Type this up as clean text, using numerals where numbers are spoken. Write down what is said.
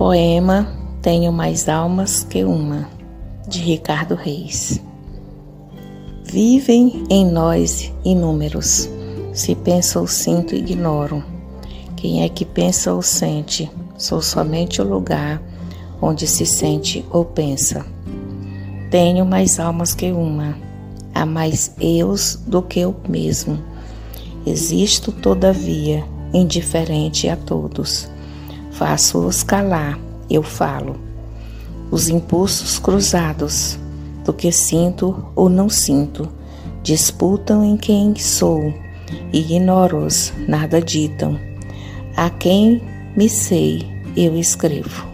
Poema Tenho Mais Almas que Uma, de Ricardo Reis. Vivem em nós inúmeros, se penso ou sinto, ignoro. Quem é que pensa ou sente? Sou somente o lugar onde se sente ou pensa. Tenho mais almas que uma, há mais eus do que eu mesmo. Existo, todavia, indiferente a todos. Faço-os calar, eu falo. Os impulsos cruzados, do que sinto ou não sinto, disputam em quem sou, ignoro-os, nada ditam. A quem me sei, eu escrevo.